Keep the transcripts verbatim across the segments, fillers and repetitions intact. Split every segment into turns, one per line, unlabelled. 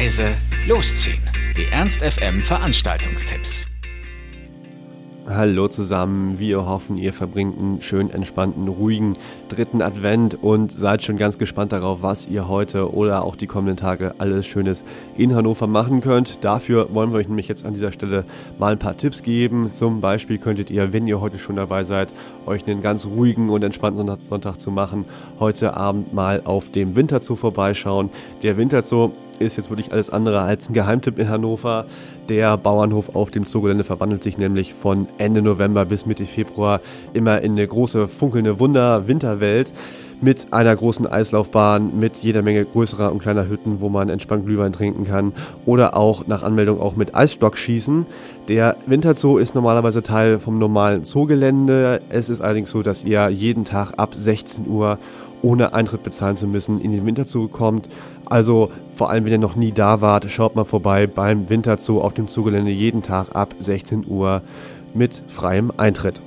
leise, losziehen. Die Ernst F M Veranstaltungstipps.
Hallo zusammen, wir hoffen, ihr verbringt einen schön entspannten, ruhigen dritten Advent und seid schon ganz gespannt darauf, was ihr heute oder auch die kommenden Tage alles Schönes in Hannover machen könnt. Dafür wollen wir euch nämlich jetzt an dieser Stelle mal ein paar Tipps geben. Zum Beispiel könntet ihr, wenn ihr heute schon dabei seid, euch einen ganz ruhigen und entspannten Sonntag zu machen, heute Abend mal auf dem Winterzoo vorbeischauen. Der Winterzoo ist jetzt wirklich alles andere als ein Geheimtipp in Hannover. Der Bauernhof auf dem Zoogelände verwandelt sich nämlich von Ende November bis Mitte Februar immer in eine große, funkelnde Wunder-Winterwelt mit einer großen Eislaufbahn, mit jeder Menge größerer und kleiner Hütten, wo man entspannt Glühwein trinken kann oder auch nach Anmeldung auch mit Eisstockschießen. Der Winterzoo ist normalerweise Teil vom normalen Zoogelände. Es ist allerdings so, dass ihr jeden Tag ab sechzehn Uhr ohne Eintritt bezahlen zu müssen in den Winterzoo kommt. Also vor allem, wenn ihr noch nie da wart, schaut mal vorbei beim Winterzoo auf dem Zoogelände jeden Tag ab sechzehn Uhr mit freiem Eintritt.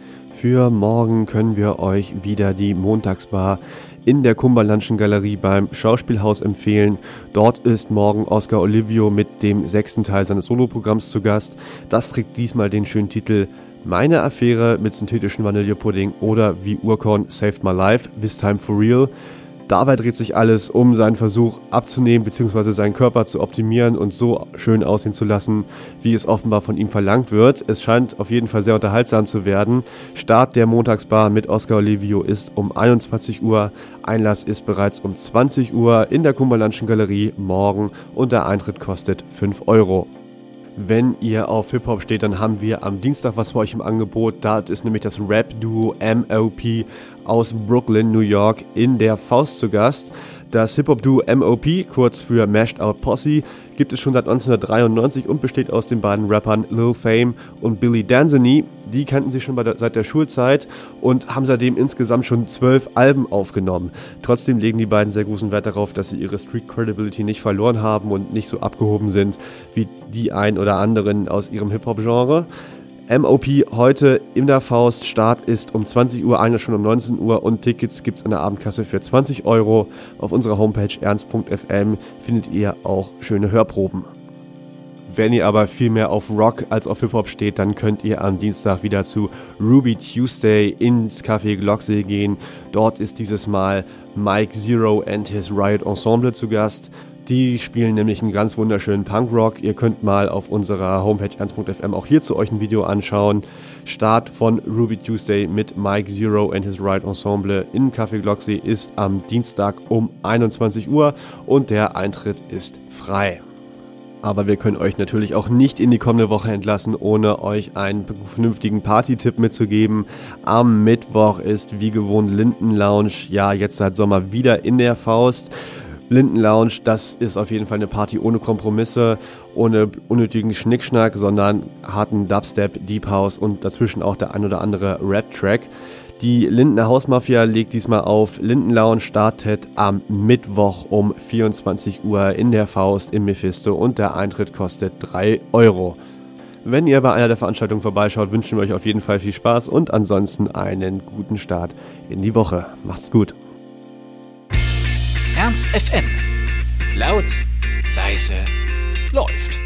Für morgen können wir euch wieder die Montagsbar in der Kumberlandschen Galerie beim Schauspielhaus empfehlen. Dort ist morgen Oscar Olivio mit dem sechsten Teil seines Soloprogramms zu Gast. Das trägt diesmal den schönen Titel Meine Affäre mit synthetischen Vanillepudding oder wie Urkorn Saved My Life, This Time For Real. Dabei dreht sich alles um seinen Versuch abzunehmen bzw. seinen Körper zu optimieren und so schön aussehen zu lassen, wie es offenbar von ihm verlangt wird. Es scheint auf jeden Fall sehr unterhaltsam zu werden. Start der Montagsbar mit Oscar Olivio ist um einundzwanzig Uhr. Einlass ist bereits um zwanzig Uhr in der Kumberlandschen Galerie morgen und der Eintritt kostet fünf Euro. Wenn ihr auf Hip-Hop steht, dann haben wir am Dienstag was für euch im Angebot. Da ist nämlich das Rap-Duo M O P aus Brooklyn, New York, in der Faust zu Gast. Das Hip-Hop-Duo M O P, kurz für Mashed Out Posse, gibt es schon seit neunzehnhundertdreiundneunzig und besteht aus den beiden Rappern Lil Fame und Billy Danzani. Die kannten sich schon bei der, seit der Schulzeit und haben seitdem insgesamt schon zwölf Alben aufgenommen. Trotzdem legen die beiden sehr großen Wert darauf, dass sie ihre Street Credibility nicht verloren haben und nicht so abgehoben sind wie die ein oder anderen aus ihrem Hip-Hop-Genre. M O P heute in der Faust. Start ist um zwanzig Uhr, Einlass schon um neunzehn Uhr und Tickets gibt es an der Abendkasse für zwanzig Euro. Auf unserer Homepage ernst punkt f m findet ihr auch schöne Hörproben. Wenn ihr aber viel mehr auf Rock als auf Hip-Hop steht, dann könnt ihr am Dienstag wieder zu Ruby Tuesday ins Café Glocksee gehen. Dort ist dieses Mal Mike Zero and his Riot Ensemble zu Gast. Die spielen nämlich einen ganz wunderschönen Punkrock. Ihr könnt mal auf unserer Homepage ernst punkt f m auch hierzu euch ein Video anschauen. Start von Ruby Tuesday mit Mike Zero and his Riot Ensemble in Café Glocksee ist am Dienstag um einundzwanzig Uhr und der Eintritt ist frei. Aber wir können euch natürlich auch nicht in die kommende Woche entlassen, ohne euch einen vernünftigen Party-Tipp mitzugeben. Am Mittwoch ist wie gewohnt Linden Lounge, ja jetzt seit Sommer wieder in der Faust. Linden Lounge, das ist auf jeden Fall eine Party ohne Kompromisse, ohne unnötigen Schnickschnack, sondern harten Dubstep, Deep House und dazwischen auch der ein oder andere Rap-Track. Die Lindener Hausmafia legt diesmal auf. Linden Lounge startet am Mittwoch um vierundzwanzig Uhr in der Faust im Mephisto und der Eintritt kostet drei Euro. Wenn ihr bei einer der Veranstaltungen vorbeischaut, wünschen wir euch auf jeden Fall viel Spaß und ansonsten einen guten Start in die Woche. Macht's gut.
Ernst F M. Laut, leise, läuft.